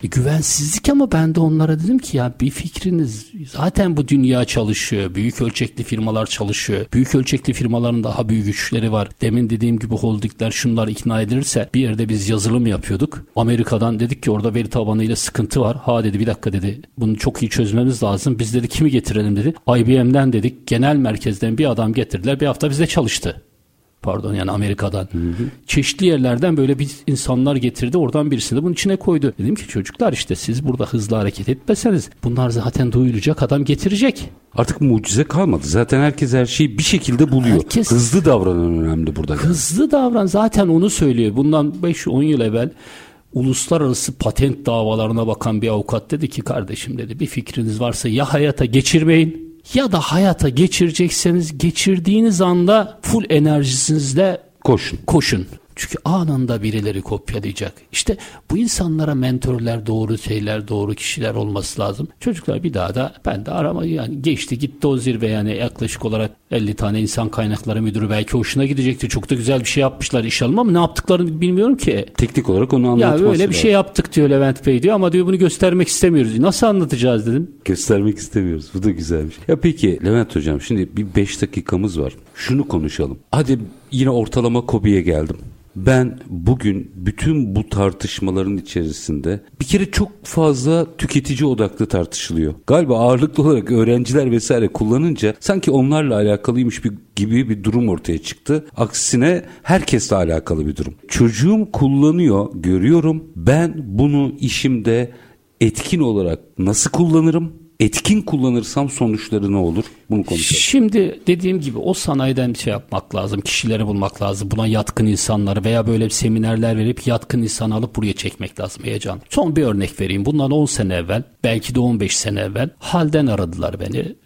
Güvensizlik, ama ben de onlara dedim ki ya bir fikriniz, zaten bu dünya çalışıyor. Büyük ölçekli firmalar çalışıyor. Büyük ölçekli firmaların daha büyük güçleri var. Demin dediğim gibi holdingler şunlar ikna edilirse, bir yerde biz yazılım yapıyorduk. Amerika'dan dedik ki orada veri tabanıyla sıkıntı var. Ha dedi, bir dakika dedi, bunu çok iyi çözmemiz lazım. Biz dedi kimi getirelim dedi. IBM'den dedik, genel merkezden bir adam getirdiler. Bir hafta bize çalıştı. Pardon, yani Amerika'dan. Çeşitli yerlerden böyle bir insanlar getirdi. Oradan birisini de bunun içine koydu. Dedim ki çocuklar, işte siz burada hızlı hareket etmeseniz bunlar zaten duyulacak, adam getirecek. Artık mucize kalmadı. Zaten herkes her şeyi bir şekilde buluyor. Herkes, hızlı davranan önemli burada. Hızlı davran, zaten onu söylüyor. Bundan 5-10 yıl evvel uluslararası patent davalarına bakan bir avukat dedi ki kardeşim dedi, bir fikriniz varsa ya hayata geçirmeyin, ya da hayata geçirecekseniz geçirdiğiniz anda full enerjisinizle koşun. Çünkü anında birileri kopyalayacak. İşte bu insanlara mentörler, doğru şeyler, doğru kişiler olması lazım. Çocuklar bir daha da ben de yani geçti gitti o zirve, yani yaklaşık olarak 50 tane insan kaynakları müdürü, belki hoşuna gidecekti. Çok da güzel bir şey yapmışlar inşallah, ama ne yaptıklarını bilmiyorum ki. Teknik olarak onu anlatması ya böyle bir şey yaptık diyor Levent Bey diyor, ama diyor bunu göstermek istemiyoruz. Nasıl anlatacağız dedim. Göstermek istemiyoruz. Bu da güzelmiş. Ya peki Levent Hocam, şimdi bir 5 dakikamız var. Şunu konuşalım. Hadi yine ortalama KOBİ'ye geldim. Ben bugün bütün bu tartışmaların içerisinde bir kere çok fazla tüketici odaklı tartışılıyor. Galiba ağırlıklı olarak öğrenciler vesaire kullanınca sanki onlarla alakalıymış gibi bir durum ortaya çıktı. Aksine herkesle alakalı bir durum. Çocuğum kullanıyor, görüyorum. Ben bunu işimde etkin olarak nasıl kullanırım? Etkin kullanırsam sonuçları ne olur? Bunu konuşalım. Şimdi dediğim gibi o sanayiden bir şey yapmak lazım. Kişileri bulmak lazım. Buna yatkın insanları veya böyle seminerler verip yatkın insanı alıp buraya çekmek lazım. Heyecan. Son bir örnek vereyim. Bundan 10 sene evvel, belki de 15 sene evvel Hal'den aradılar beni.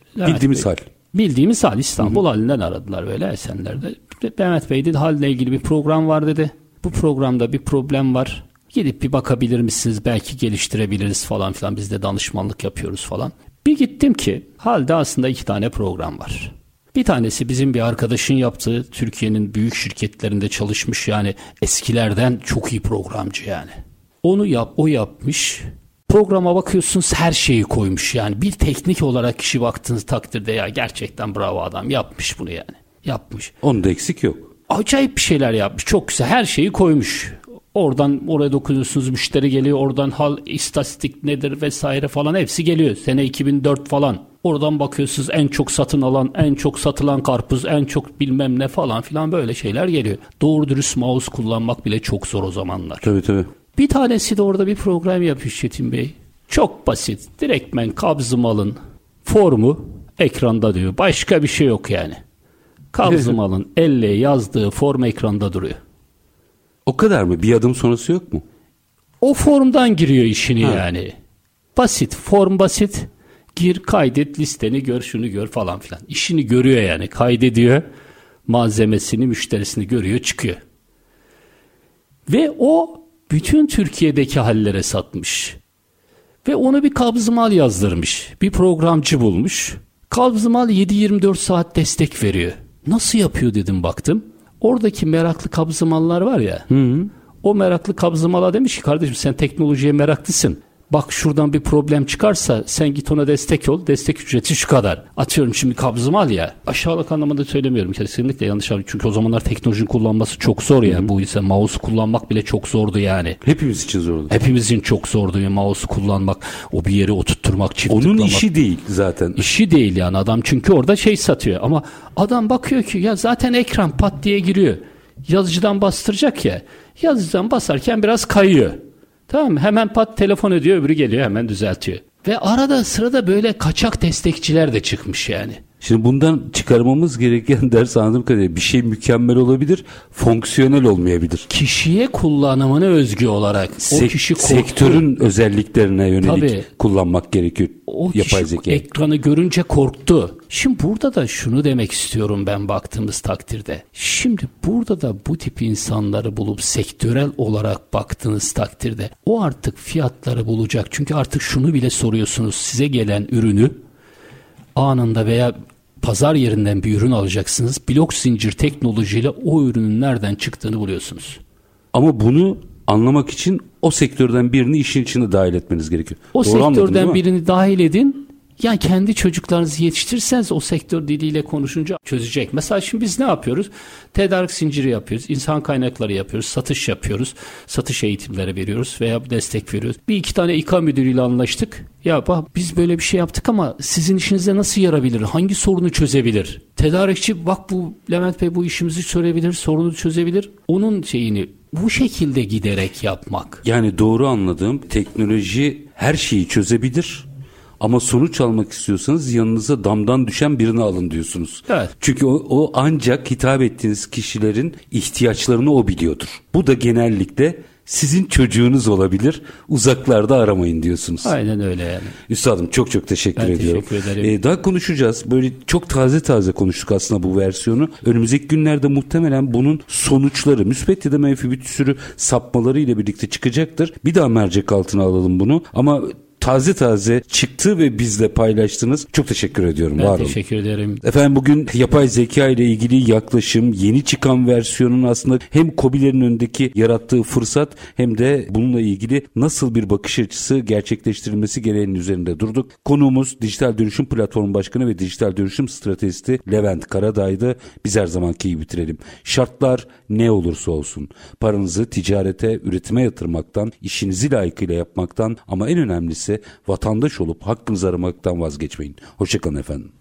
Bildiğimiz hal İstanbul halinden aradılar böyle Esenler'de. Mehmet Bey dedi, halle ilgili bir program var dedi. Bu programda bir problem var. Gidip bir bakabilir misiniz? Belki geliştirebiliriz falan filan. Biz de danışmanlık yapıyoruz falan. Bir gittim ki halde aslında 2 tane program var. Bir tanesi bizim bir arkadaşın yaptığı, Türkiye'nin büyük şirketlerinde çalışmış, yani eskilerden çok iyi programcı yani. O yapmış. Programa bakıyorsunuz her şeyi koymuş yani. Bir teknik olarak kişi baktığınız takdirde ya gerçekten bravo adam yapmış bunu yani. Yapmış. Onda eksik yok. Acayip bir şeyler yapmış. Çok güzel, her şeyi koymuş. Oradan oraya dokunuyorsunuz, müşteri geliyor, oradan hal, istatistik nedir vesaire falan hepsi geliyor. Sene 2004 falan. Oradan bakıyorsunuz en çok satın alan, en çok satılan karpuz, en çok bilmem ne falan filan, böyle şeyler geliyor. Doğru dürüst mouse kullanmak bile çok zor o zamanlar. Tabii. Bir tanesi de orada bir program yapıyor Çetin Bey. Çok basit. Direktmen kabzım alın. Formu ekranda diyor. Başka bir şey yok yani. Kabzım alın. Elle yazdığı form ekranda duruyor. O kadar mı? Bir adım sonrası yok mu? O formdan giriyor işini yani. Basit. Form basit. Gir, kaydet, listeni gör, şunu gör falan filan. İşini görüyor yani. Kaydediyor. Malzemesini, müşterisini görüyor, çıkıyor. Ve o bütün Türkiye'deki hallere satmış. Ve onu bir kabzımal yazdırmış. Bir programcı bulmuş. Kabzımal 7-24 saat destek veriyor. Nasıl yapıyor dedim, baktım. Oradaki meraklı kabzımallar var ya. O meraklı kabzımala demiş ki kardeşim sen teknolojiye meraklısın. Bak şuradan bir problem çıkarsa sen git ona destek ol. Destek ücreti şu kadar. Atıyorum şimdi kabzımal ya. Aşağılık anlamında söylemiyorum. Kesinlikle yanlış abi. Çünkü o zamanlar teknolojinin kullanması çok zor ya. Bu ise mouse kullanmak bile çok zordu yani. Hepimiz için zordu. Hepimizin çok zordu ya mouse kullanmak. O bir yere oturtturmak, çift onun tıklamak. işi değil zaten. İşi değil yani adam, çünkü orada şey satıyor. Ama adam bakıyor ki ya zaten ekran pat diye giriyor. Yazıcıdan bastıracak ya. Yazıcıdan basarken biraz kayıyor. Tamam mı? Hemen pat telefon ediyor, öbürü geliyor hemen düzeltiyor. Ve arada sırada böyle kaçak destekçiler de çıkmış yani. Şimdi bundan çıkarmamız gereken ders anladığım kadarıyla bir şey mükemmel olabilir, fonksiyonel olmayabilir. Kişiye kullanımına özgü olarak o kişi sektörün özelliklerine yönelik kullanmak gerekiyor. O kişi ekranı görünce korktu. Şimdi burada da şunu demek istiyorum ben baktığımız takdirde. Şimdi burada da bu tip insanları bulup sektörel olarak baktığınız takdirde o artık fiyatları bulacak. Çünkü artık şunu bile soruyorsunuz, size gelen ürünü anında veya pazar yerinden bir ürün alacaksınız. Blok zincir teknolojiyle o ürünün nereden çıktığını buluyorsunuz. Ama bunu anlamak için o sektörden birini işin içine dahil etmeniz gerekiyor. O Doğru anladım, sektörden birini dahil edin. Yani kendi çocuklarınızı yetiştirirseniz o sektör diliyle konuşunca çözecek. Mesela şimdi biz ne yapıyoruz? Tedarik zinciri yapıyoruz, insan kaynakları yapıyoruz, satış yapıyoruz, satış eğitimleri veriyoruz veya destek veriyoruz. Bir iki tane İK müdürüyle anlaştık. Ya bak biz böyle bir şey yaptık ama sizin işinize nasıl yarabilir? Hangi sorunu çözebilir? Tedarikçi bak bu Levent Bey bu işimizi çözebilir, sorunu çözebilir. Onun şeyini bu şekilde giderek yapmak. Yani doğru anladığım teknoloji her şeyi çözebilir. Ama sonuç almak istiyorsanız yanınıza damdan düşen birini alın diyorsunuz. Evet. Çünkü o ancak hitap ettiğiniz kişilerin ihtiyaçlarını o biliyordur. Bu da genellikle sizin çocuğunuz olabilir. Uzaklarda aramayın diyorsunuz. Aynen öyle yani. Üstadım çok teşekkür ediyorum. Teşekkür ederim. Daha konuşacağız. Böyle çok taze konuştuk aslında bu versiyonu. Önümüzdeki günlerde muhtemelen bunun sonuçları müspet ya da menfi bir sürü sapmaları ile birlikte çıkacaktır. Bir daha mercek altına alalım bunu. Ama taze çıktı ve bizle paylaştınız. Çok teşekkür ediyorum. Ben teşekkür ederim. Efendim bugün yapay zeka ile ilgili yaklaşım, yeni çıkan versiyonun aslında hem KOBİ'lerin önündeki yarattığı fırsat hem de bununla ilgili nasıl bir bakış açısı gerçekleştirilmesi gereğinin üzerinde durduk. Konuğumuz Dijital Dönüşüm Platformu Başkanı ve Dijital Dönüşüm Stratejisti Levent Karaday'dı. Biz her zamanki gibi bitirelim. Şartlar ne olursa olsun paranızı ticarete, üretime yatırmaktan, işinizi layıkıyla yapmaktan ama en önemlisi vatandaş olup hakkınızı aramaktan vazgeçmeyin. Hoşçakalın efendim.